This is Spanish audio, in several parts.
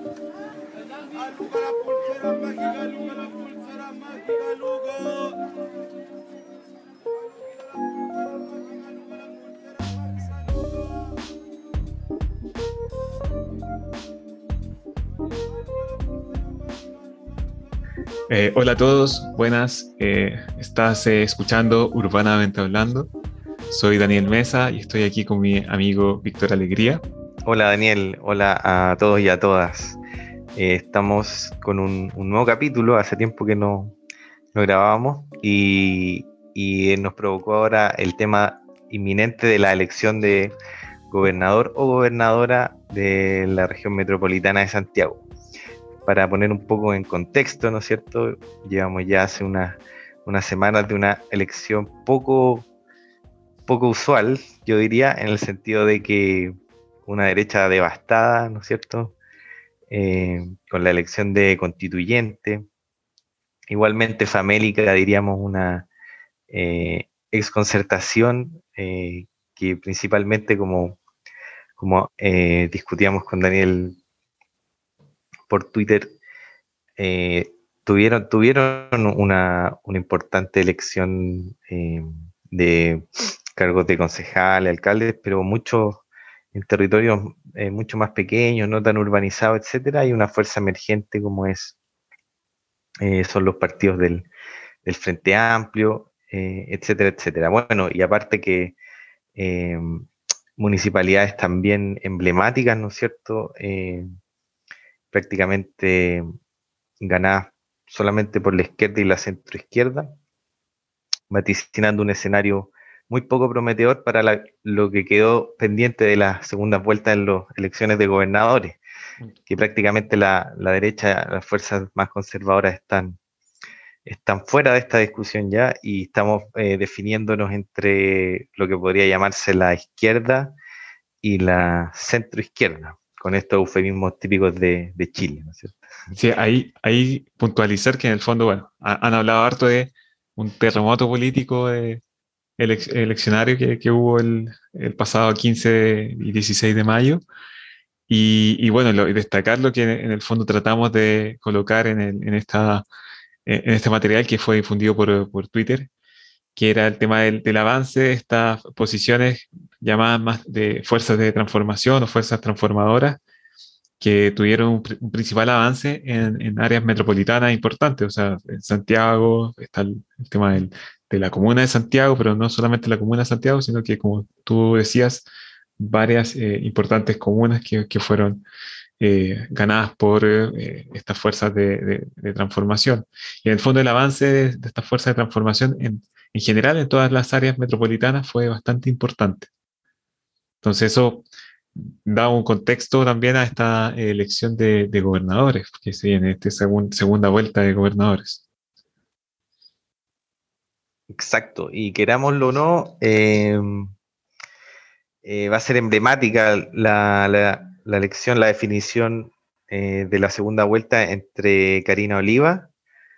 Luca la pulsera mágica, Luca la pulsera mágica, Luca. Hola a todos, buenas. Estás escuchando Urbanamente Hablando. Soy Daniel Mesa y estoy aquí con mi amigo Víctor Alegría. Hola Daniel, hola a todos y a todas. Estamos con un nuevo capítulo, hace tiempo que no grabábamos y nos provocó ahora el tema inminente de la elección de gobernador o gobernadora de la región metropolitana de Santiago. Para poner un poco en contexto, ¿no es cierto? Llevamos ya hace unas semanas de una elección poco usual, yo diría, en el sentido de que una derecha devastada, ¿no es cierto? Con la elección de constituyente, igualmente famélica, diríamos, una exconcertación que principalmente, como discutíamos con Daniel por Twitter, tuvieron una importante elección de cargos de concejal, alcaldes, pero muchos en territorios mucho más pequeños, no tan urbanizados, etcétera. Hay una fuerza emergente como son los partidos del Frente Amplio, etcétera, etcétera. Bueno, y aparte que eh, municipalidades también emblemáticas, ¿no es cierto? Prácticamente ganadas solamente por la izquierda y la centroizquierda, vaticinando un escenario muy poco prometedor para lo que quedó pendiente de las segundas vueltas en las elecciones de gobernadores, que prácticamente la derecha, las fuerzas más conservadoras están fuera de esta discusión ya y estamos definiéndonos entre lo que podría llamarse la izquierda y la centroizquierda, con estos eufemismos típicos de Chile, ¿no es cierto? Sí, ahí puntualizar que en el fondo, bueno, han hablado harto de un terremoto político eleccionario que hubo el pasado 15 y 16 de mayo. Y bueno, y destacar lo que en el fondo tratamos de colocar en este material que fue difundido por Twitter, que era el tema del avance de estas posiciones llamadas más de fuerzas de transformación o fuerzas transformadoras, que tuvieron un principal avance en áreas metropolitanas importantes. O sea, en Santiago está el tema de la comuna de Santiago, pero no solamente la comuna de Santiago, sino que, como tú decías, varias importantes comunas que fueron ganadas por estas fuerzas de transformación. Y en el fondo el avance de estas fuerzas de transformación en general en todas las áreas metropolitanas fue bastante importante. Entonces eso da un contexto también a esta elección de gobernadores, que se viene esta segunda vuelta de gobernadores. Exacto, y querámoslo o no, va a ser emblemática la elección, la definición de la segunda vuelta entre Karina Oliva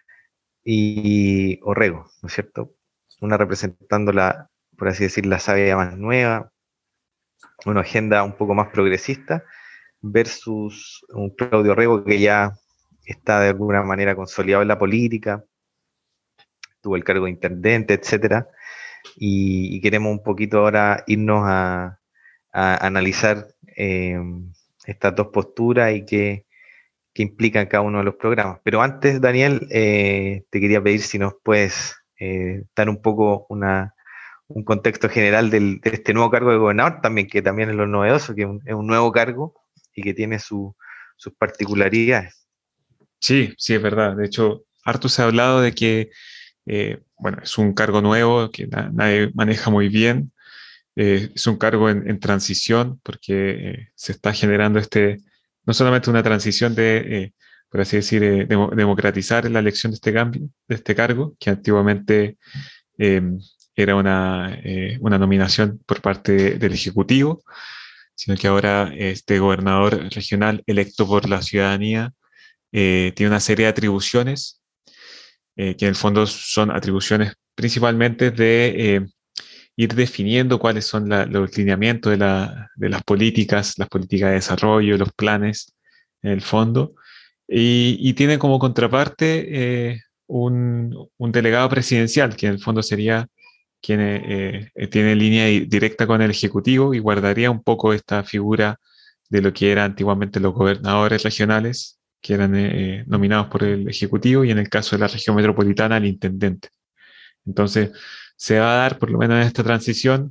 y Orrego, ¿no es cierto? Una representando por así decir, la savia más nueva, una agenda un poco más progresista, versus un Claudio Orrego que ya está de alguna manera consolidado en la política, tuvo el cargo de intendente, etcétera, y queremos un poquito ahora irnos a analizar estas dos posturas y qué implican cada uno de los programas. Pero antes, Daniel, te quería pedir si nos puedes dar un poco un contexto general de este nuevo cargo de gobernador, también, que también es lo novedoso, que es un nuevo cargo y que tiene sus particularidades. Sí, sí, es verdad. De hecho, harto se ha hablado de que, bueno, es un cargo nuevo que nadie maneja muy bien. Es un cargo en transición porque se está generando no solamente una transición por así decir, democratizar la elección de este cambio, de este cargo, que antiguamente eh, era una nominación por parte del Ejecutivo, sino que ahora este gobernador regional electo por la ciudadanía tiene una serie de atribuciones, que en el fondo son atribuciones principalmente de ir definiendo cuáles son los lineamientos de las políticas de desarrollo, los planes en el fondo, y tiene como contraparte un delegado presidencial, que en el fondo sería quien tiene línea directa con el Ejecutivo y guardaría un poco esta figura de lo que eran antiguamente los gobernadores regionales, que eran nominados por el Ejecutivo, y en el caso de la región metropolitana, el intendente. Entonces, se va a dar, por lo menos en esta transición,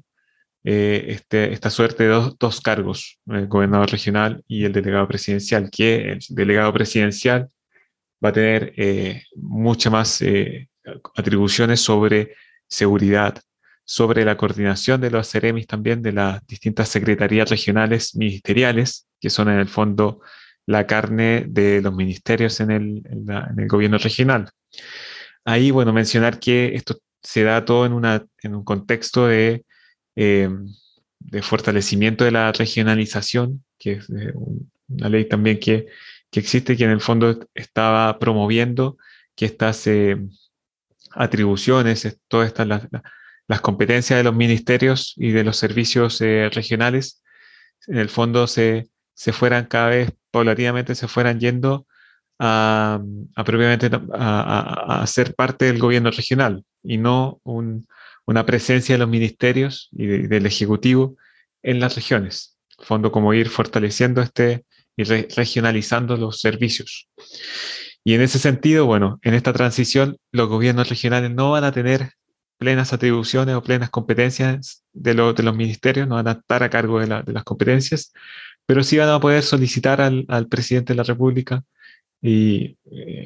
esta suerte de dos cargos, el gobernador regional y el delegado presidencial, que el delegado presidencial va a tener muchas más atribuciones sobre seguridad, sobre la coordinación de los CEREMIS también, de las distintas secretarías regionales ministeriales, que son en el fondo la carne de los ministerios en el gobierno regional. Ahí, bueno, mencionar que esto se da todo en un contexto eh, de fortalecimiento de la regionalización, que es una ley también que existe, que en el fondo estaba promoviendo que estas atribuciones, todas estas las competencias de los ministerios y de los servicios regionales, en el fondo se fueran cada vez paulatinamente se fueran yendo a, a propiamente a ser parte del gobierno regional y no una presencia de los ministerios y del Ejecutivo en las regiones. Fondo como ir fortaleciendo y regionalizando los servicios. Y en ese sentido, bueno, en esta transición los gobiernos regionales no van a tener plenas atribuciones o plenas competencias de los ministerios, no van a estar a cargo de las competencias, pero sí van a poder solicitar al presidente de la República y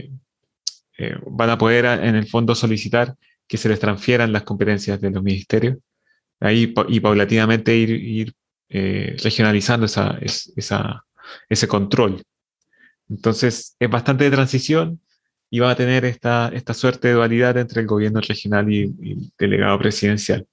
van a poder en el fondo solicitar que se les transfieran las competencias de los ministerios ahí y paulatinamente ir regionalizando ese control. Entonces es bastante de transición y va a tener esta suerte de dualidad entre el gobierno regional y el delegado presidencial.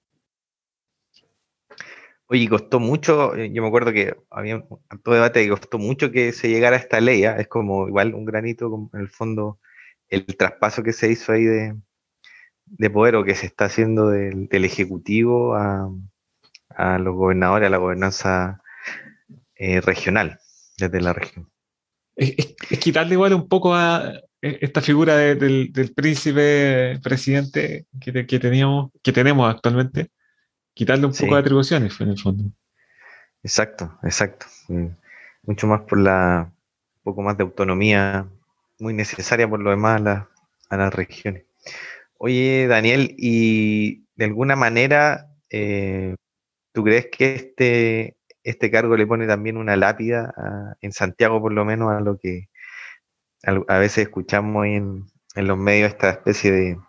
Oye, costó mucho, yo me acuerdo que había un alto debate que costó mucho que se llegara a esta ley, ¿ah? Es como igual un granito, como en el fondo, el traspaso que se hizo ahí de poder o que se está haciendo del Ejecutivo a los gobernadores, a la gobernanza regional, desde la región. Es quitarle igual un poco a esta figura del príncipe presidente que tenemos actualmente, quitarle un poco de Sí, atribuciones en el fondo. exacto, exacto. Mucho más por un poco más de autonomía, muy necesaria por lo demás a las regiones. Oye, Daniel, y de alguna manera, ¿tú crees que este cargo le pone también una lápida en Santiago, por lo menos, a lo que a veces escuchamos ahí en los medios, esta especie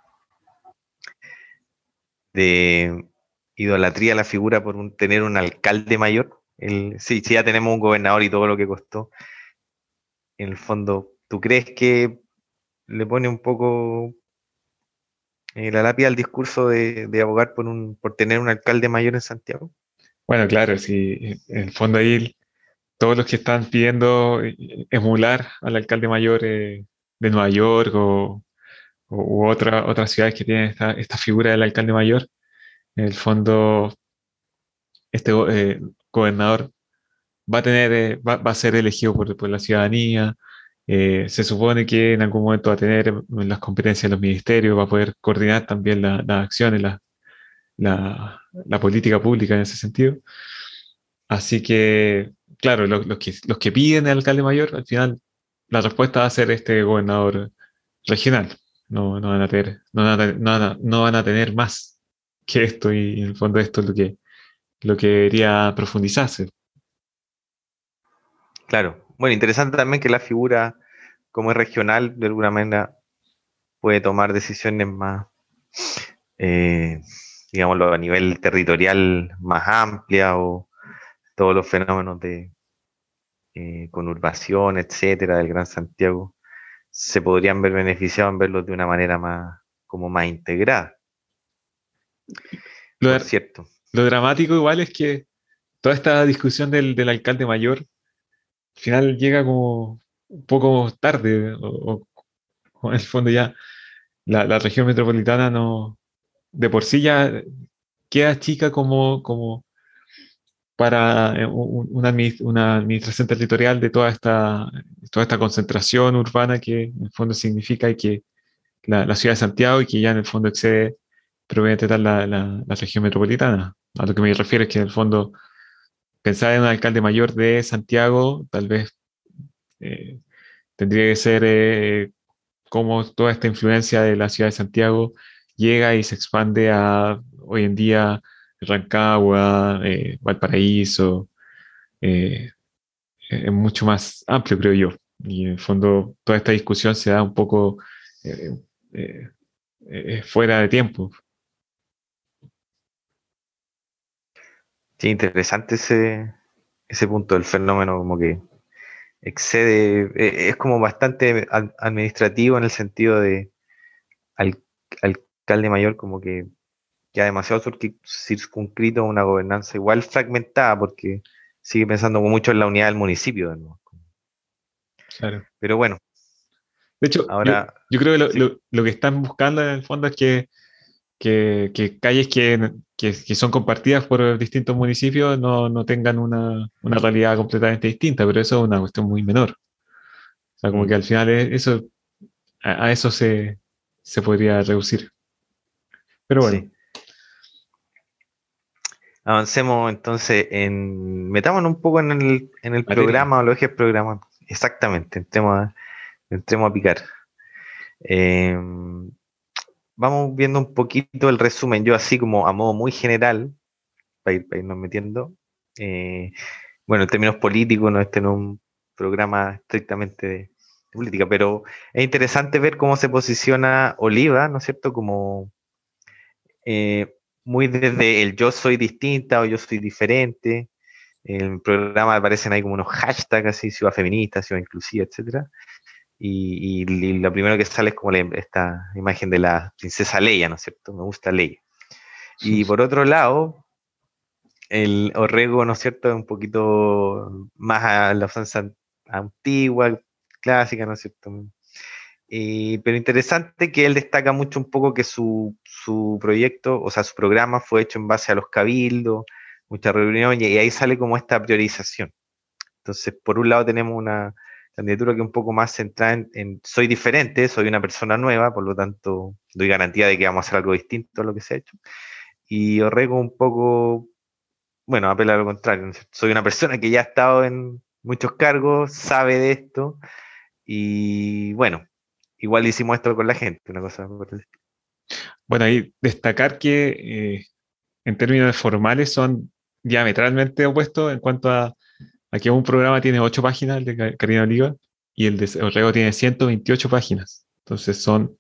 de idolatría a la figura por tener un alcalde mayor? Sí, ya tenemos un gobernador y todo lo que costó. En el fondo, ¿tú crees que le pone un poco la lápida al discurso de abogar por tener un alcalde mayor en Santiago? Bueno, claro, sí, en el fondo ahí todos los que están pidiendo emular al alcalde mayor de Nueva York u otras ciudades que tienen esta figura del alcalde mayor, en el fondo este gobernador va a ser elegido por la ciudadanía. Se supone que en algún momento va a tener las competencias de los ministerios, va a poder coordinar también las acciones, la política pública en ese sentido. Así que, claro, los que piden el alcalde mayor, al final la respuesta va a ser este gobernador regional. No van a tener, no van a tener más que esto y en el fondo esto es lo que debería profundizarse. Claro. Bueno, interesante también que la figura, como es regional, de alguna manera puede tomar decisiones más, eh, digámoslo, a nivel territorial más amplia o todos los fenómenos de conurbación, etcétera, del Gran Santiago, se podrían ver beneficiados en verlos de una manera más, como más integrada, Lo, por dra- cierto. lo dramático igual es que toda esta discusión del alcalde mayor al final llega como un poco tarde o en el fondo ya la región metropolitana no de por sí ya queda chica para una administración territorial de toda esta concentración urbana que en el fondo significa y que la ciudad de Santiago y que ya en el fondo excede probablemente tal la región metropolitana. A lo que me refiero es que en el fondo pensar en un alcalde mayor de Santiago tal vez eh, tendría que ser cómo toda esta influencia de la ciudad de Santiago llega y se expande a hoy en día Rancagua, Valparaíso, eh, es mucho más amplio, creo yo. Y en el fondo toda esta discusión se da un poco eh, eh, fuera de tiempo. Sí, interesante ese punto del fenómeno, como que excede, es como bastante administrativo en el sentido de al, alcalde mayor, como que ya demasiado circunscrito a una gobernanza igual fragmentada, porque sigue pensando mucho en la unidad del municipio, de nuevo. Claro. Pero bueno, De hecho, ahora yo creo que sí, lo que están buscando en el fondo es que calles que son compartidas por distintos municipios no tengan una realidad completamente distinta, pero eso es una cuestión muy menor. O sea, como que mm, al final eso, a eso se podría reducir. Pero bueno, sí. Avancemos entonces metámonos un poco en el materia. programa o los ejes programa. Exactamente, entremos a picar. Eh, Vamos viendo un poquito el resumen, yo así como a modo muy general, para irnos metiendo. Eh, bueno, en términos políticos, no, este no es un programa estrictamente de política, pero es interesante ver cómo se posiciona Oliva, ¿no es cierto? Como muy desde el yo soy distinta o yo soy diferente. En el programa aparecen ahí como unos hashtags así, ciudad feminista, ciudad inclusiva, etcétera. Y lo primero que sale es como esta imagen de la princesa Leia, ¿no es cierto? Me gusta Leia. Y por otro lado, el Orrego, ¿no es cierto?, es un poquito más a la usanza antigua, clásica, ¿no es cierto? Pero interesante que él destaca mucho un poco que su proyecto, o sea, su programa fue hecho en base a los cabildos, muchas reuniones, y ahí sale como esta priorización. Entonces, por un lado tenemos una candidatura que es un poco más centrada en soy diferente, soy una persona nueva, por lo tanto, doy garantía de que vamos a hacer algo distinto a lo que se ha hecho. Y Orrego un poco, bueno, apela a lo contrario, ¿no es cierto? Soy una persona que ya ha estado en muchos cargos, sabe de esto, y bueno, igual hicimos esto con la gente, una cosa por el estilo. Bueno, ahí destacar que en términos formales son diametralmente opuestos en cuanto a que un programa tiene 8 páginas, el de Karina Oliva, y el de Orrego tiene 128 páginas. Entonces son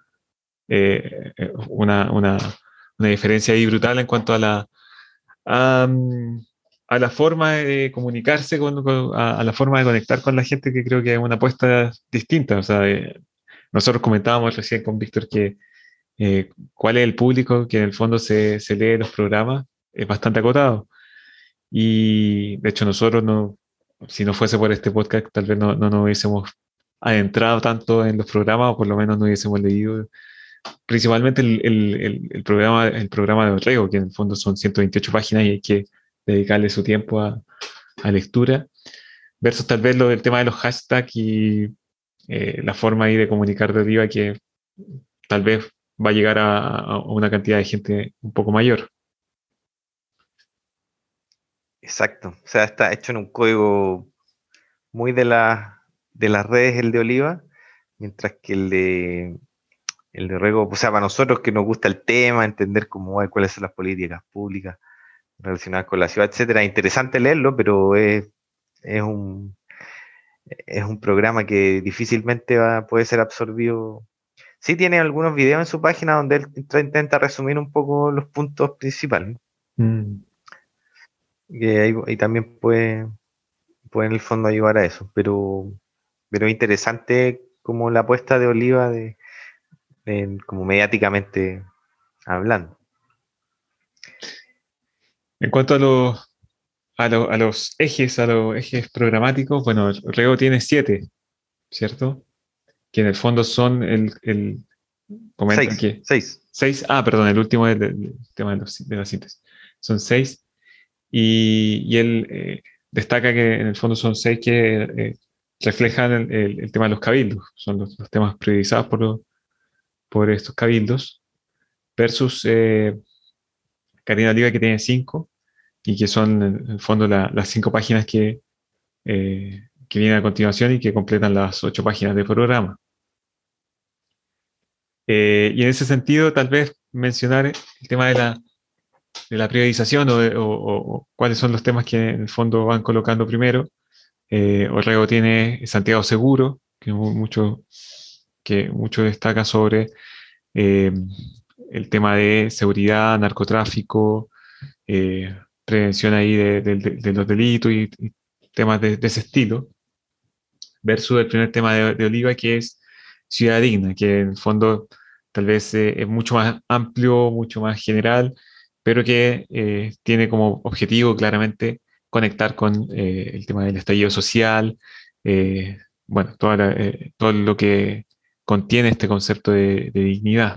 una diferencia ahí brutal en cuanto a, mm, a la forma de comunicarse, a la forma de conectar con la gente, que creo que es una apuesta distinta. O sea, nosotros comentábamos recién con Víctor que cuál es el público que en el fondo se lee los programas, es bastante acotado. Y de hecho nosotros no, si no fuese por este podcast, tal vez no nos hubiésemos adentrado tanto en los programas, o por lo menos no hubiésemos leído principalmente el programa de Orrego, que en el fondo son 128 páginas y hay que dedicarle su tiempo a lectura, versus tal vez lo del tema de los hashtags y la forma ahí de comunicar de arriba que tal vez va a llegar a una cantidad de gente un poco mayor. Exacto, o sea, está hecho en un código muy de las redes, el de Oliva, mientras que el de Rego, o sea, para nosotros que nos gusta el tema, entender cuáles son las políticas públicas relacionadas con la ciudad, etcétera, es interesante leerlo, pero es un, es un programa que difícilmente puede ser absorbido. Sí tiene algunos videos en su página donde él intenta resumir un poco los puntos principales, Mm. que ahí también puede en el fondo ayudar a eso, pero es interesante como la apuesta de Oliva como mediáticamente hablando. En cuanto a los ejes programáticos, bueno, Rego tiene 7, ¿cierto? Que en el fondo son comenta Seis. que 6, perdón, el último del tema de la síntesis. Son 6 y él destaca que en el fondo son 6 que reflejan el tema de los cabildos, son los temas priorizados por estos cabildos, versus Karina Oliva que tiene 5 y que son en el fondo las 5 páginas que vienen a continuación y que completan las 8 páginas del programa. Y en ese sentido, tal vez mencionar el tema de la priorización o cuáles son los temas que en el fondo van colocando primero. Orrego tiene Santiago Seguro, que mucho destaca sobre eh, el tema de seguridad, narcotráfico, prevención ahí de los delitos y temas de ese estilo, versus el primer tema de Oliva, que es Ciudad Digna, que en el fondo tal vez es mucho más amplio, mucho más general, pero que tiene como objetivo claramente conectar con el tema del estallido social, bueno, todo lo que contiene este concepto de dignidad.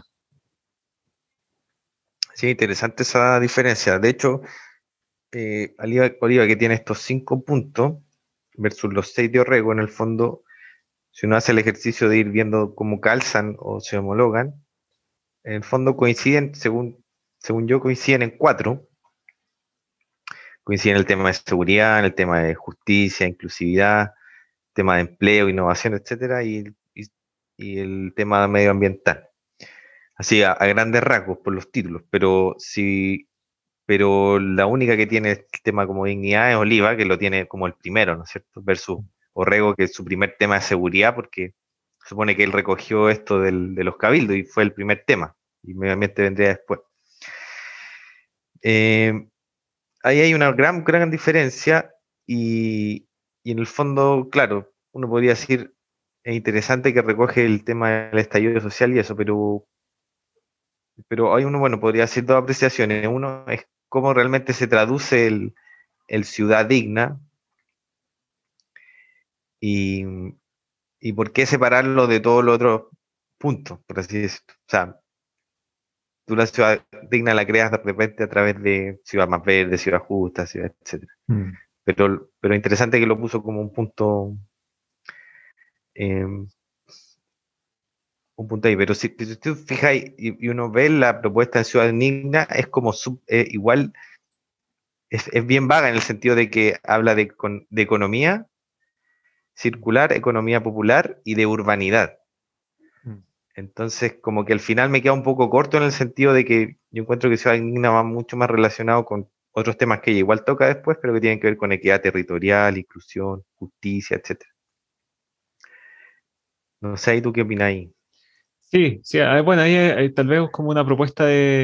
Sí, interesante esa diferencia. De hecho, Oliva que tiene estos 5 puntos versus los 6 de Orrego, en el fondo, si uno hace el ejercicio de ir viendo cómo calzan o se homologan, en el fondo coinciden, según yo, coinciden en 4. Coinciden en el tema de seguridad, en el tema de justicia, inclusividad, tema de empleo, innovación, etcétera, y el tema medioambiental. Así, a grandes rasgos por los títulos, pero la única que tiene el tema como dignidad es Oliva, que lo tiene como el primero, ¿no es cierto? Versus Orrego, que es su primer tema de seguridad, porque supone que él recogió esto de los cabildos y fue el primer tema, y medio ambiente vendría después. Eh, Ahí hay una gran diferencia y en el fondo, claro, uno podría decir, es interesante que recoge el tema del estallido social y eso, pero hay uno, bueno, podría hacer 2 apreciaciones. Uno es cómo realmente se traduce el ciudad digna y, y por qué separarlo de todos los otros puntos, por así decirlo. O sea, tú la ciudad digna la creas de repente a través de ciudad más verde, ciudad justa, ciudad, etcétera. Mm. Pero interesante que lo puso como eh, un punto ahí. Pero si tú fijas y uno ve la propuesta de Ciudad Digna, es como igual, es bien vaga en el sentido de que habla de economía circular, economía popular y de urbanidad. Mm. Entonces, como que al final me queda un poco corto en el sentido de que yo encuentro que Ciudad Digna va mucho más relacionado con otros temas que ella igual toca después, pero que tienen que ver con equidad territorial, inclusión, justicia, etcétera. No sé, ¿y tú qué opináis? Sí, sí, bueno, ahí tal vez como una propuesta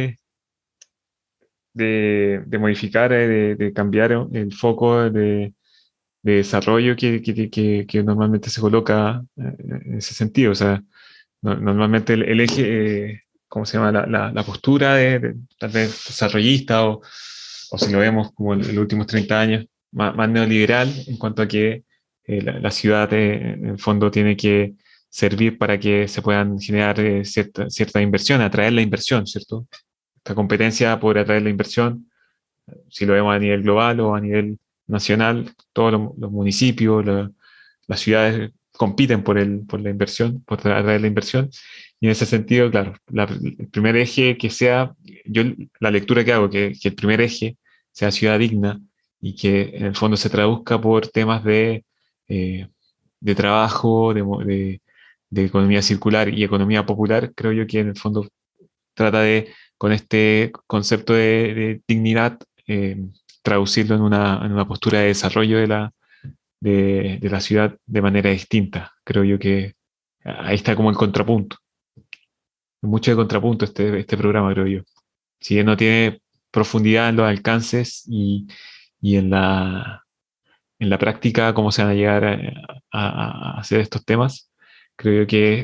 de modificar, de cambiar el foco de desarrollo que normalmente se coloca en ese sentido. O sea, normalmente el eje, ¿cómo se llama? La postura tal vez desarrollista o si lo vemos como en los últimos 30 años, más neoliberal en cuanto a que la ciudad en el fondo tiene que servir para que se puedan generar cierta inversión, atraer la inversión, ¿cierto? Esta competencia por atraer la inversión, si lo vemos a nivel global o a nivel nacional, todos los municipios, las ciudades compiten por la inversión, por atraer la inversión. Y en ese sentido, claro, el primer eje que sea, yo la lectura que hago, que el primer eje sea ciudad digna y que en el fondo se traduzca por temas de trabajo, de economía circular y economía popular, creo yo que en el fondo trata con este concepto de dignidad, traducirlo en una postura de desarrollo de la ciudad de manera distinta. Creo yo que ahí está como el contrapunto. Mucho de contrapunto este programa, creo yo. Si bien no tiene profundidad en los alcances y en la práctica, cómo se van a llegar a hacer estos temas, creo yo que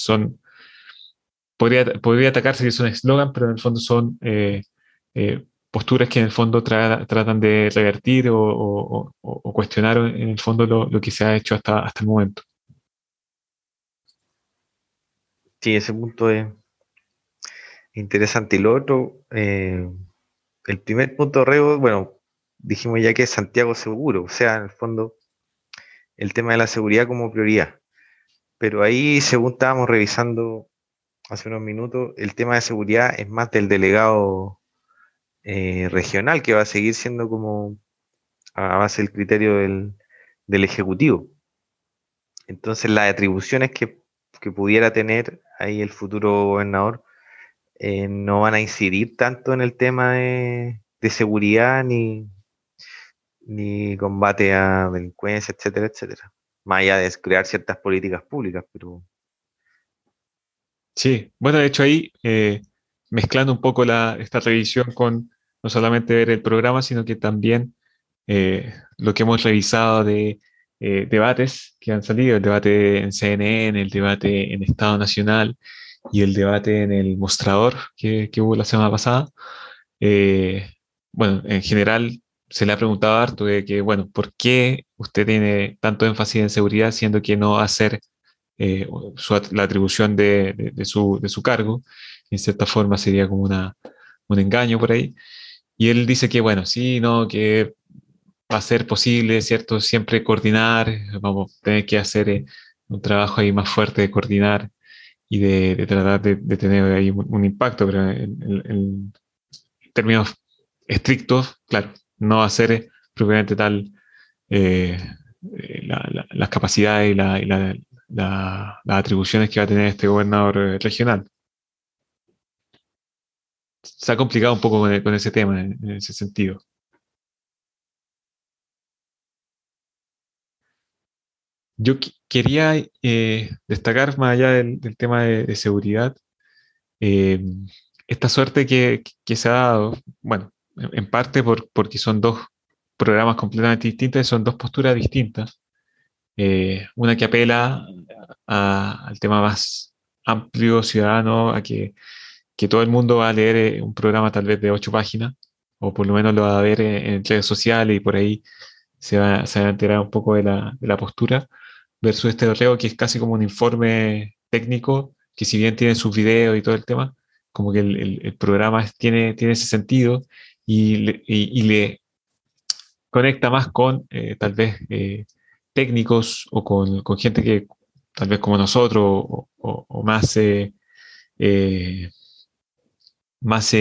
podría atacarse que son eslogan, pero en el fondo son posturas que en el fondo tratan de revertir o cuestionar en el fondo lo que se ha hecho hasta el momento. Sí, ese punto es interesante. Y lo otro, el primer punto, Rego, bueno, dijimos ya que es Santiago seguro, o sea, en el fondo, el tema de la seguridad como prioridad. Pero ahí, según estábamos revisando hace unos minutos, el tema de seguridad es más del delegado regional, que va a seguir siendo como a base del criterio del Ejecutivo. Entonces, las atribuciones que pudiera tener ahí el futuro gobernador no van a incidir tanto en el tema de seguridad ni combate a delincuencia, etcétera, etcétera. Más allá de crear ciertas políticas públicas, pero Sí, bueno, de hecho ahí, mezclando un poco esta revisión con no solamente ver el programa, sino que también lo que hemos revisado de debates que han salido, el debate en CNN, el debate en Estado Nacional y el debate en el Mostrador que hubo la semana pasada. eh, bueno, en general se le ha preguntado harto de que, bueno, ¿por qué usted tiene tanto énfasis en seguridad siendo que no hacer la atribución de su cargo? En cierta forma sería como un engaño por ahí. Y él dice que, bueno, sí, no, que va a ser posible, ¿cierto? Siempre coordinar, vamos a tener que hacer un trabajo ahí más fuerte de coordinar y de tratar de tener ahí un impacto, pero en términos estrictos, claro, no hacer propiamente tal eh, las capacidades las atribuciones que va a tener este gobernador regional. Se ha complicado un poco con ese tema en ese sentido. Yo quería destacar, más allá del tema de seguridad, eh, esta suerte que se ha dado, bueno, en parte porque son dos programas completamente distintos, son dos posturas distintas. Una que apela al tema más amplio, ciudadano, a que todo el mundo va a leer un programa tal vez de 8 páginas, o por lo menos lo va a ver en redes sociales y por ahí se va a enterar un poco de la postura, versus este correo que es casi como un informe técnico, que si bien tiene sus videos y todo el tema, como que el programa tiene ese sentido y le conecta más con tal vez técnicos o con gente que tal vez como nosotros o más, eh, más,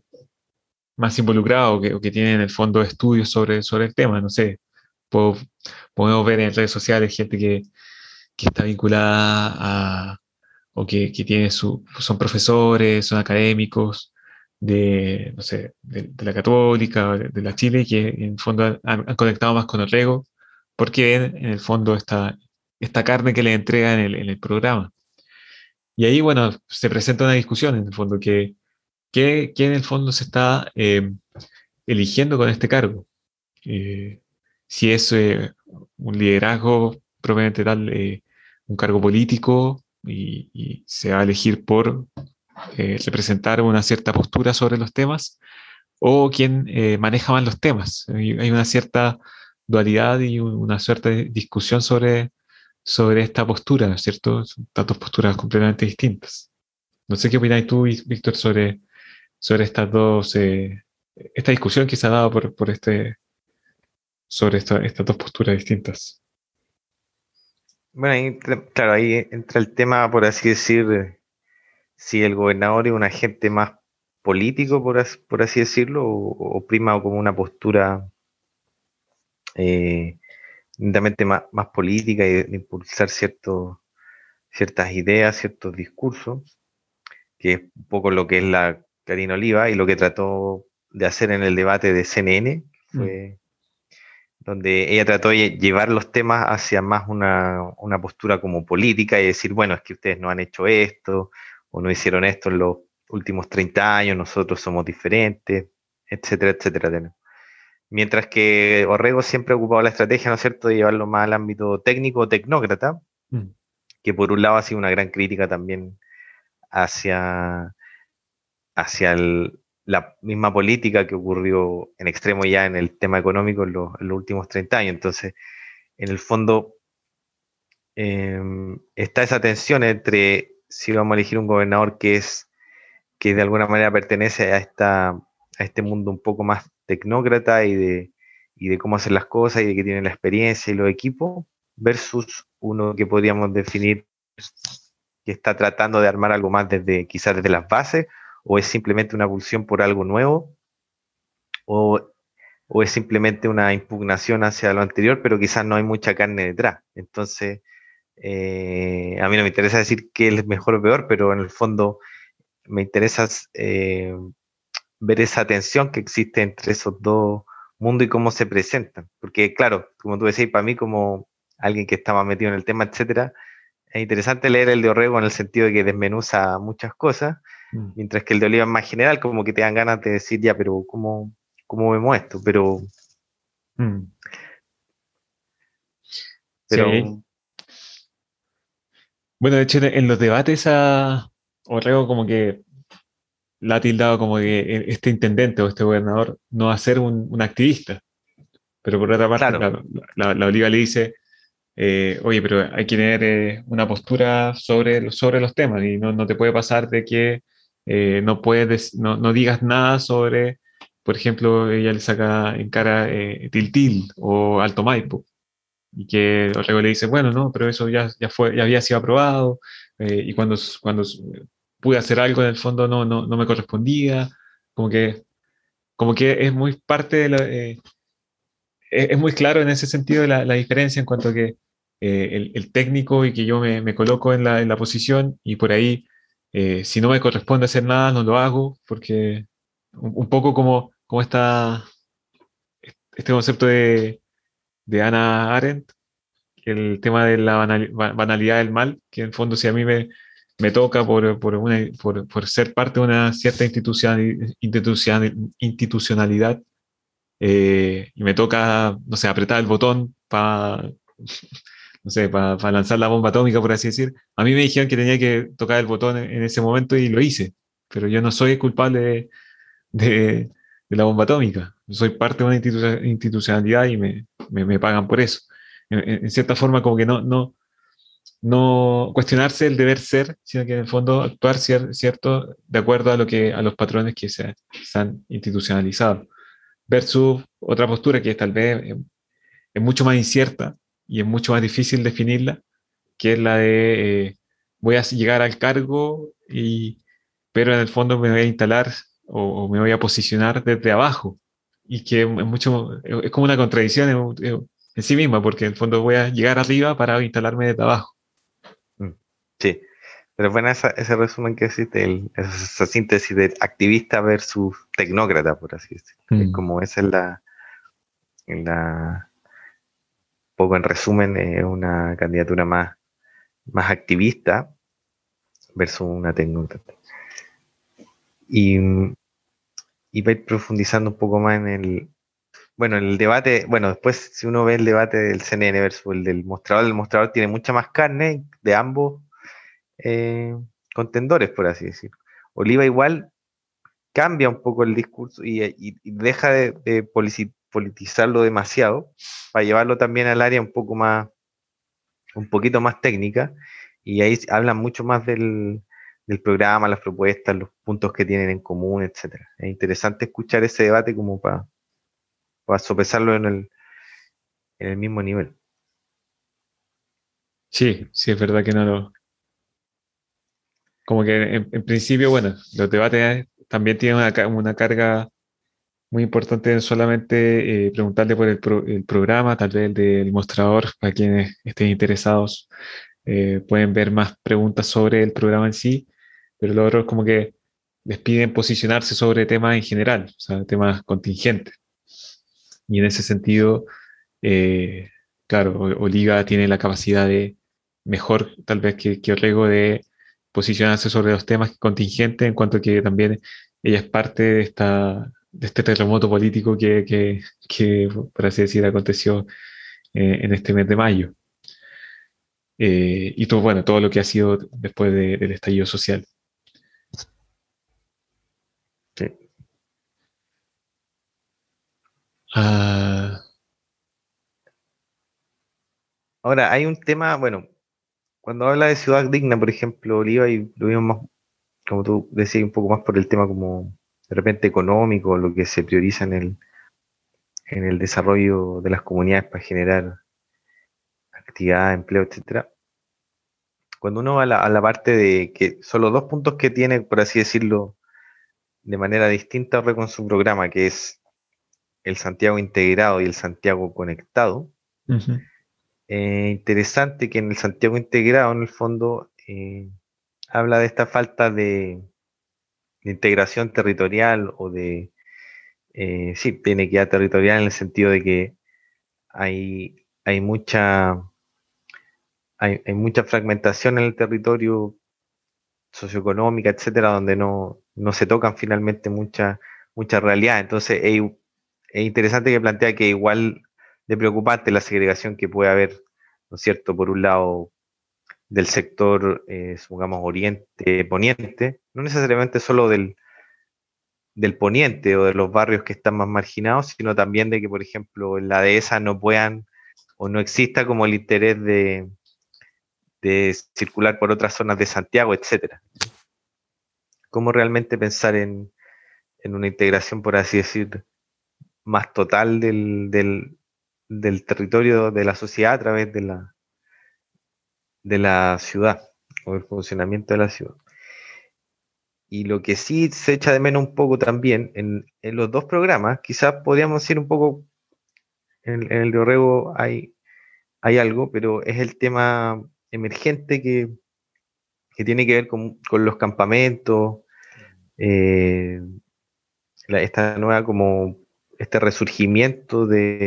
más involucrado o que tienen en el fondo estudios sobre el tema. No sé, puedo- podemos ver en redes sociales gente que está vinculada o que tiene son profesores, son académicos de, no sé, de la Católica, de la Chile, que en el fondo han conectado más con el ego, porque ven en el fondo esta carne que le entrega en el programa. Y ahí, bueno, se presenta una discusión en el fondo, que en el fondo se está eligiendo con este cargo. Eh, si es un liderazgo propiamente tal, un cargo político y se va a elegir por representar una cierta postura sobre los temas, o quien maneja más los temas. Hay una cierta dualidad y una cierta discusión sobre esta postura, ¿no es cierto? Son tantas posturas completamente distintas. No sé qué opináis tú, Víctor, sobre estas dos, esta discusión que se ha dado sobre estas dos posturas distintas. bueno, claro, ahí entra el tema, por así decir, si el gobernador es un agente más político, por así decirlo, o prima como una postura eh, netamente más política y de impulsar ciertas ideas, ciertos discursos, que es un poco lo que es la Karina Oliva y lo que trató de hacer en el debate de CNN, Mm. fue donde ella trató de llevar los temas hacia más una postura como política y decir, bueno, es que ustedes no han hecho esto o no hicieron esto en los últimos 30 años, nosotros somos diferentes, etcétera, etcétera. Mientras que Orrego siempre ha ocupado la estrategia, ¿no es cierto?, de llevarlo más al ámbito técnico o tecnócrata, Mm. que por un lado ha sido una gran crítica también hacia, la misma política que ocurrió en extremo ya en el tema económico en los últimos 30 años. Entonces, en el fondo, está esa tensión entre si vamos a elegir un gobernador que de alguna manera pertenece a este mundo un poco más tecnócrata y y de cómo hacer las cosas y de que tiene la experiencia y los equipos, versus uno que podríamos definir que está tratando de armar algo más quizás desde las bases, o es simplemente una pulsión por algo nuevo, o, o es simplemente una impugnación hacia lo anterior, pero quizás no hay mucha carne detrás. Entonces, a mí no me interesa decir qué es mejor o peor, pero en el fondo me interesa ver esa tensión que existe entre esos dos mundos y cómo se presentan. Porque, claro, como tú decías, para mí, como alguien que está más metido en el tema, etcétera, es interesante leer el de Orrego en el sentido de que desmenuza muchas cosas, Mm. mientras que el de Oliva es más general, como que te dan ganas de decir, ya, pero ¿cómo vemos esto? Mm. Sí. Pero Bueno, de hecho, en los debates a Orrego como que la ha tildado como que este intendente o este gobernador no va a ser un activista. Pero por otra parte, claro, claro, la Oliva le dice, oye, pero hay que tener una postura sobre los temas y no te puede pasar de que no digas nada sobre, por ejemplo, ella le saca en cara Tiltil o Alto Maipo y que Orrego le dice, bueno, no, pero eso ya había sido aprobado y cuando pude hacer algo en el fondo no me correspondía, como que, como que es muy parte de es muy claro en ese sentido la diferencia en cuanto a que el técnico y que yo me coloco en la posición y por ahí, si no me corresponde hacer nada, no lo hago, porque un poco como este concepto de Hannah Arendt, el tema de la banalidad del mal, que en el fondo si a mí me toca por ser parte de una cierta institucionalidad, y me toca, no sé, apretar el botón para, no sé, para lanzar la bomba atómica, por así decir. A mí me dijeron que tenía que tocar el botón en ese momento y lo hice, pero yo no soy culpable de- de la bomba atómica. Soy parte de una institucionalidad y me pagan por eso. En cierta forma, como que no cuestionarse el deber ser, sino que en el fondo actuar cierto de acuerdo a los patrones que se han institucionalizado versus otra postura que tal vez es mucho más incierta y es mucho más difícil definirla, que es la de voy a llegar al cargo, pero en el fondo me voy a instalar o me voy a posicionar desde abajo y que es como una contradicción en sí misma, porque en el fondo voy a llegar arriba para instalarme desde abajo. mm, sí. Pero bueno, ese resumen que existe, esa síntesis de activista versus tecnócrata, por así decirlo. Es Mm. como esa es poco en resumen, es una candidatura más activista versus una tecnócrata. Y, y va a ir profundizando un poco más en el debate, bueno, después si uno ve el debate del CNN versus el mostrador tiene mucha más carne de ambos eh, contendores, por así decirlo. Oliva igual cambia un poco el discurso y deja de politizarlo demasiado para llevarlo también al área un poquito más técnica, y ahí hablan mucho más del programa, las propuestas, los puntos que tienen en común, etcétera. Es interesante escuchar ese debate como para sopesarlo en el mismo nivel. Sí, sí, es verdad que no lo... Como que en principio, bueno, los debates también tienen una carga muy importante no solamente preguntarle por el programa, tal vez el del mostrador, para quienes estén interesados pueden ver más preguntas sobre el programa en sí, pero lo otro es como que les piden posicionarse sobre temas en general, o sea, temas contingentes. Y en ese sentido, eh, claro, Oliva tiene la capacidad de, mejor tal vez que Orrego, de posicionarse sobre los temas contingentes, en cuanto que también ella es parte de este terremoto político que, por así decir, aconteció en este mes de mayo. Y todo, bueno, todo lo que ha sido después del estallido social. Sí. Ah, Ahora, hay un tema, bueno, cuando habla de ciudad digna, por ejemplo, Oliva, y lo vimos más, como tú decías, un poco más por el tema como de repente económico, lo que se prioriza en el desarrollo de las comunidades para generar actividad, empleo, etcétera. Cuando uno va a la parte de que son los dos puntos que tiene, por así decirlo, de manera distinta con su programa, que es el Santiago integrado y el Santiago conectado. Ujú. Interesante que en el Santiago integrado, en el fondo, habla de esta falta de integración territorial o sí, de inequidad territorial en el sentido de que hay mucha, hay mucha fragmentación en el territorio socioeconómica, etcétera, donde no se tocan finalmente mucha realidad. Entonces, es interesante que plantea que igual de preocupante la segregación que puede haber, ¿no es cierto?, por un lado del sector, supongamos, oriente, poniente, no necesariamente solo del poniente o de los barrios que están más marginados, sino también de que, por ejemplo, en la dehesa no puedan o no exista como el interés de circular por otras zonas de Santiago, etcétera. ¿Cómo realmente pensar en una integración, por así decir, más total del territorio de la sociedad a través de la ciudad o el funcionamiento de la ciudad? Y lo que sí se echa de menos un poco también en los dos programas, quizás podríamos decir un poco, en el de Orrego hay algo, pero es el tema emergente que tiene que ver con los campamentos, eh, esta nueva como este resurgimiento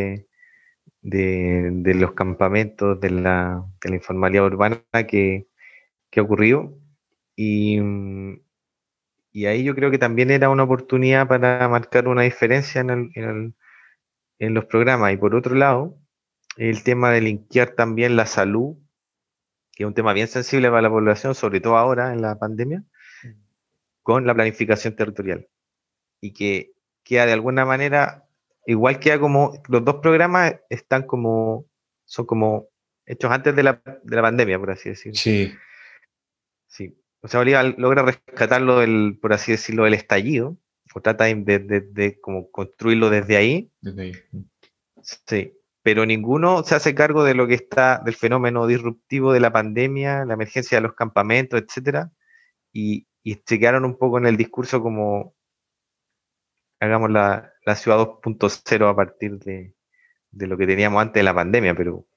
de los campamentos, de la informalidad urbana que ha ocurrido. Y, y ahí yo creo que también era una oportunidad para marcar una diferencia en los programas. Y por otro lado, el tema de linkear también la salud, que es un tema bien sensible para la población, sobre todo ahora en la pandemia, con la planificación territorial. Y que queda de alguna manera, igual queda como, los dos programas son como hechos antes de la pandemia, por así decirlo. Sí, Sí. O sea, Bolívar logra rescatarlo por así decirlo, del estallido, o trata de como construirlo desde ahí, desde ahí. sí, pero ninguno se hace cargo de lo que del fenómeno disruptivo de la pandemia, la emergencia de los campamentos, etcétera, y se quedaron un poco en el discurso como hagamos la ciudad 2.0 a partir de lo que teníamos antes de la pandemia,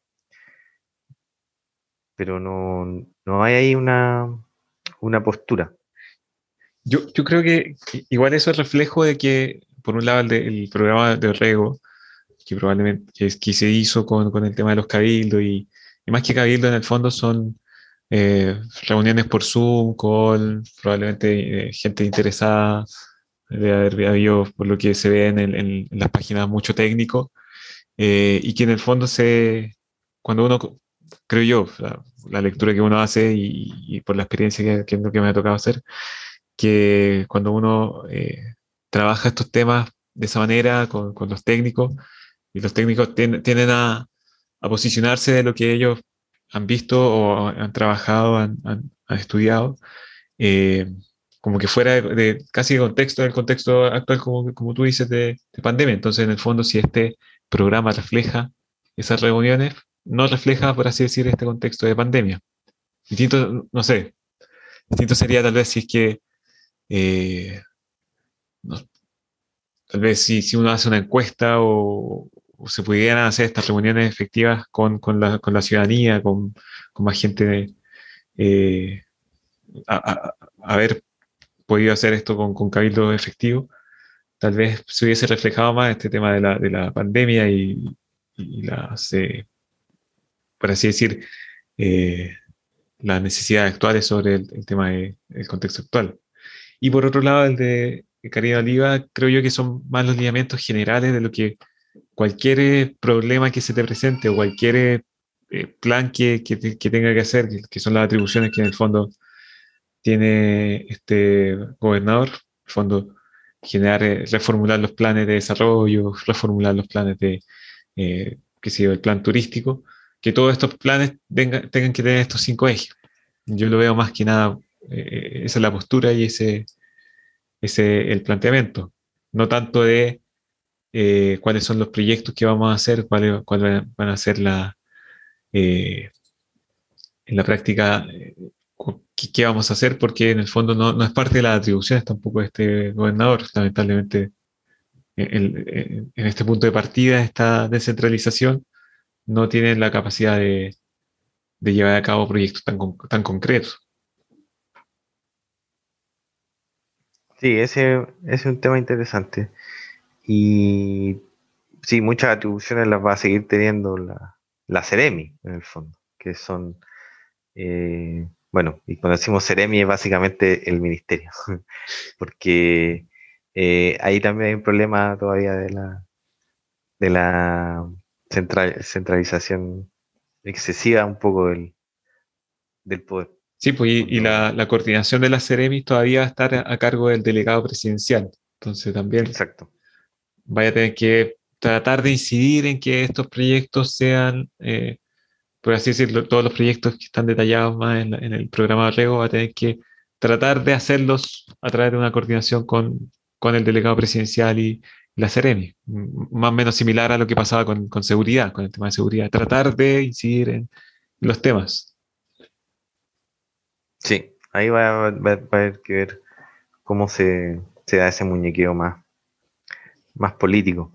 pero no hay ahí una postura. Yo creo que igual eso es reflejo de que, por un lado, el programa de Rego, que probablemente que se hizo con el tema de los cabildos, y más que cabildo, en el fondo son reuniones por Zoom, con probablemente gente interesada, de haber habido, por lo que se ve en las páginas, mucho técnico, y que en el fondo cuando uno, creo yo, la lectura que uno hace y por la experiencia que es lo que me ha tocado hacer, que cuando uno trabaja estos temas de esa manera con los técnicos, y los técnicos tienden a posicionarse de lo que ellos han visto o han trabajado, han estudiado, eh, como que fuera casi de contexto, del contexto actual, como tú dices, de pandemia. Entonces, en el fondo, si este programa refleja esas reuniones, no refleja, por así decir, este contexto de pandemia. Distinto, no sé, distinto sería tal vez si es que eh, no, tal vez si uno hace una encuesta o se pudieran hacer estas reuniones efectivas con la ciudadanía, con más gente, eh, haber podido hacer esto con cabildo efectivo, tal vez se hubiese reflejado más este tema de la pandemia y por así decir, eh, las necesidades actuales sobre el tema del contexto actual. Y por otro lado, el de Karina Oliva, creo yo que son más los lineamientos generales de lo que cualquier problema que se te presente o cualquier plan que tenga que hacer, que son las atribuciones que en el fondo tiene este gobernador, en el fondo generar, reformular los planes de desarrollo, reformular los planes qué sé yo, el plan turístico, que todos estos planes tengan que tener estos 5 ejes. Yo lo veo más que nada, esa es la postura y ese el planteamiento, no tanto de cuáles son los proyectos que vamos a hacer, cuáles van a ser eh, en la práctica, qué vamos a hacer, porque en el fondo no es parte de las atribuciones tampoco de este gobernador. Lamentablemente, en este punto de partida, esta descentralización no tiene la capacidad de llevar a cabo proyectos tan concretos. Sí, ese es un tema interesante. Y sí, muchas atribuciones las va a seguir teniendo la Ceremi, en el fondo, que son, bueno, y cuando decimos Ceremi es básicamente el ministerio, porque ahí también hay un problema todavía de la centralización excesiva un poco del poder. Sí, pues y Cuando, la coordinación de las Ceremis todavía va a estar a cargo del delegado presidencial. Entonces también exacto. vaya a tener que tratar de incidir en que estos proyectos sean, por así decirlo, todos los proyectos que están detallados más en el programa de Rego, va a tener que tratar de hacerlos a través de una coordinación con el delegado presidencial y la Ceremi, más o menos similar a lo que pasaba con seguridad, con el tema de seguridad, tratar de incidir en los temas. Sí, ahí va a haber que ver cómo se da ese muñequeo más político.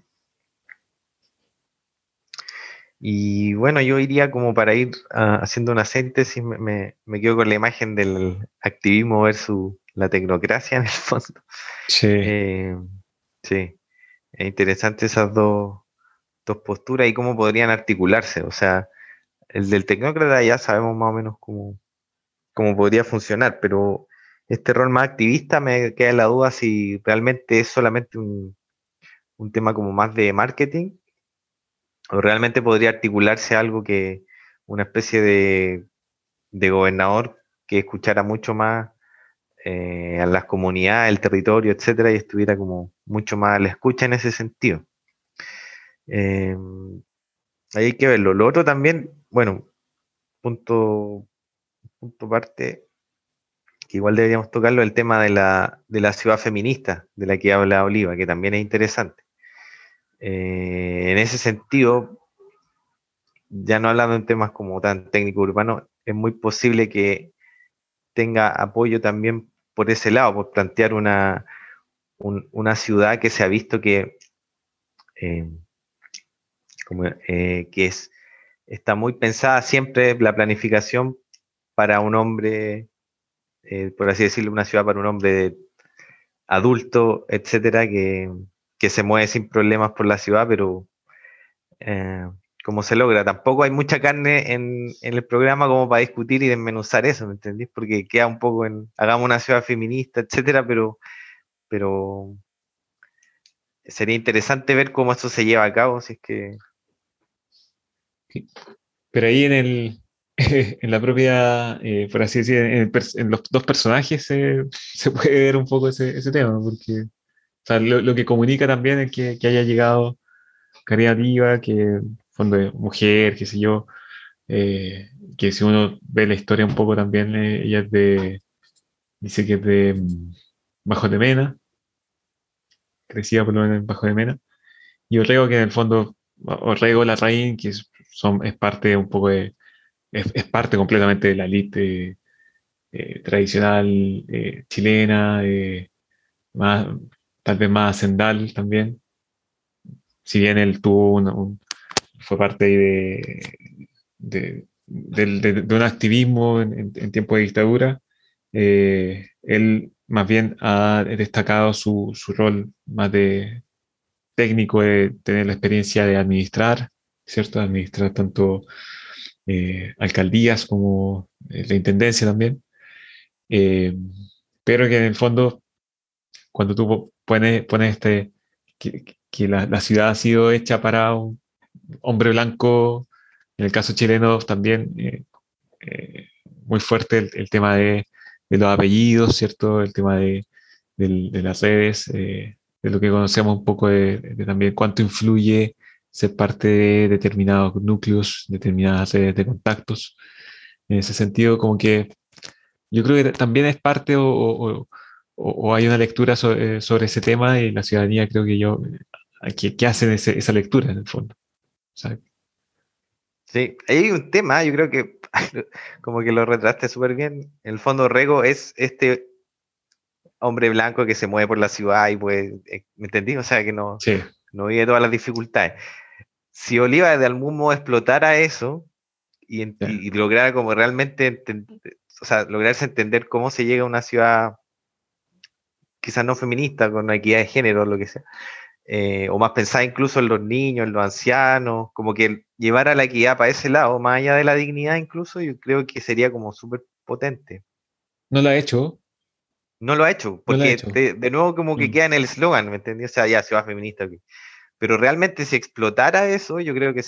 Y bueno, yo iría como para ir haciendo una síntesis, me quedo con la imagen del activismo versus la tecnocracia en el fondo. Sí. Eh, sí, es interesante esas dos posturas y cómo podrían articularse. O sea, el del tecnócrata ya sabemos más o menos cómo podría funcionar, pero este rol más activista me queda la duda si realmente es solamente un tema como más de marketing o realmente podría articularse algo que una especie de gobernador que escuchara mucho más a las comunidades, el territorio, etcétera, y estuviera como mucho más a la escucha en ese sentido. Eh, Ahí hay que verlo. Lo otro también, bueno, punto parte, que igual deberíamos tocarlo, el tema de la ciudad feminista, de la que habla Oliva, que también es interesante. En ese sentido, ya no hablando en temas como tan técnico urbano, es muy posible que tenga apoyo también por ese lado, por plantear una ciudad que se ha visto eh, que está muy pensada siempre la planificación para un hombre, por así decirlo, una ciudad para un hombre adulto, etcétera, que se mueve sin problemas por la ciudad, pero eh, ¿cómo se logra? Tampoco hay mucha carne en el programa como para discutir y desmenuzar eso, ¿me entendés? Porque queda un poco hagamos una ciudad feminista, etcétera, pero sería interesante ver cómo eso se lleva a cabo, si es que... Pero ahí en la propia, por así decir, en los dos personajes se puede ver un poco ese tema, porque o sea, lo que comunica también es que haya llegado Karina Diva, que fondo de mujer, qué sé yo, que si uno ve la historia un poco también, ella dice que es de Bajo de Mena, crecida por lo menos en Bajo de Mena, y Orrego que en el fondo, Orrego, Larraín, que es parte un poco es parte completamente de la élite tradicional chilena, más, tal vez más hacendal también, si bien él tuvo fue parte de un activismo en tiempo de dictadura, él más bien ha destacado su rol más de técnico, de tener la experiencia de administrar, ¿cierto? Administrar tanto alcaldías como la intendencia también. Eh, pero que en el fondo, cuando tú pones que la ciudad ha sido hecha para un hombre blanco, en el caso chileno también, muy fuerte el tema de los apellidos, ¿cierto? El tema de las redes, de lo que conocemos un poco de también cuánto influye ser parte de determinados núcleos, determinadas redes de contactos. En ese sentido, como que yo creo que también es parte o hay una lectura sobre ese tema y la ciudadanía creo que yo que hacen esa lectura en el fondo. O sea, Sí, ahí hay un tema, yo creo que como que lo retrataste súper bien. En el fondo, Rego es este hombre blanco que se mueve por la ciudad y pues, ¿me entendí? O sea, que sí, no vive todas las dificultades. Si Oliva de algún modo explotara eso ya, y lograra como realmente, o sea, lograrse entender cómo se llega a una ciudad quizás no feminista, con una equidad de género, lo que sea, o más pensar incluso en los niños, en los ancianos, como que llevar a la equidad para ese lado, más allá de la dignidad incluso, yo creo que sería como súper potente. no lo ha hecho, No lo ha hecho, no lo ha porque hecho. de nuevo como que Mm, queda en el eslogan, ¿me entendí? O sea, ya ciudad feminista, ok. Pero realmente si explotara eso, yo creo que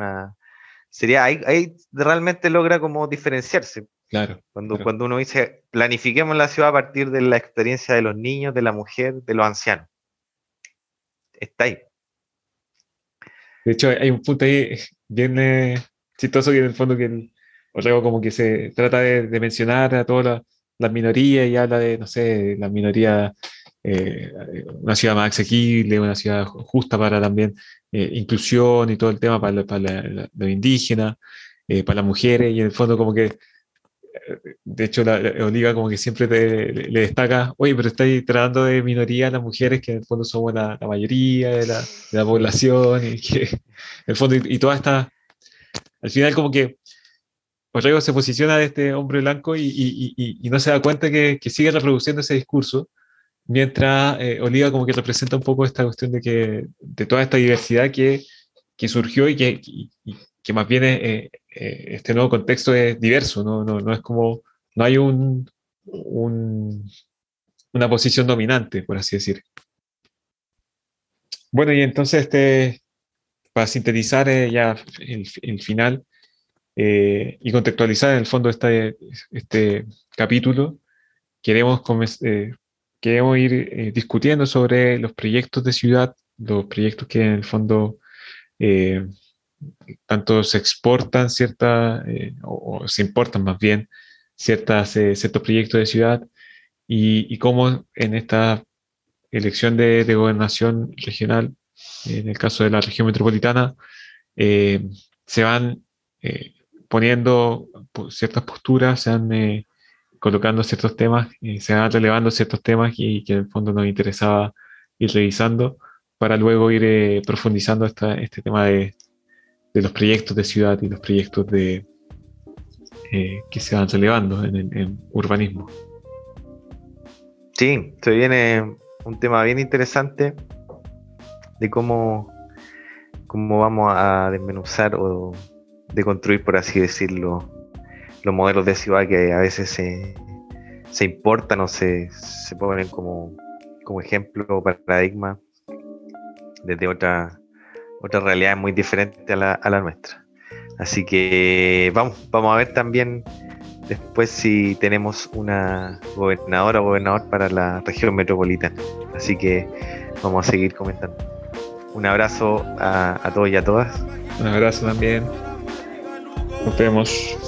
ahí realmente logra como diferenciarse. claro, Cuando, claro. cuando uno dice, planifiquemos la ciudad a partir de la experiencia de los niños, de la mujer, de los ancianos. Está ahí. De hecho, hay un punto ahí bien chistoso que en el fondo que o luego como que se trata de mencionar a todas las minorías y habla de, no sé, las minorías, una ciudad más asequible, una ciudad justa para también inclusión y todo el tema para los indígenas, para las mujeres y en el fondo como que de hecho, la Oliva como que siempre le destaca, oye, pero estáis tratando de minoría a las mujeres, que en el fondo somos la mayoría de la población, y que en el fondo, y toda esta, al final como que Orrego se posiciona de este hombre blanco y no se da cuenta que sigue reproduciendo ese discurso, mientras Oliva como que representa un poco esta cuestión de toda esta diversidad que surgió y que más bien este nuevo contexto es diverso, no es como, no hay una posición dominante, por así decir. Bueno, y entonces para sintetizar ya el final y contextualizar en el fondo este capítulo, queremos, queremos ir discutiendo sobre los proyectos de ciudad, los proyectos que en el fondo eh, tanto se exportan ciertas, o se importan más bien, ciertos proyectos de ciudad y cómo en esta elección de gobernación regional, en el caso de la región metropolitana, se van eh, poniendo ciertas posturas, se van colocando ciertos temas, se van relevando ciertos temas y que en el fondo nos interesaba ir revisando para luego ir profundizando este tema de los proyectos de ciudad y los proyectos que se van relevando en urbanismo. Sí, se viene un tema bien interesante de cómo vamos a desmenuzar o de construir, por así decirlo, los modelos de ciudad que a veces se importan o se ponen como ejemplo o paradigma desde otra realidad muy diferente a la nuestra. Así que vamos a ver también después si tenemos una gobernadora o gobernador para la región metropolitana. Así que vamos a seguir comentando. Un abrazo a todos y a todas. Un abrazo también. Nos vemos.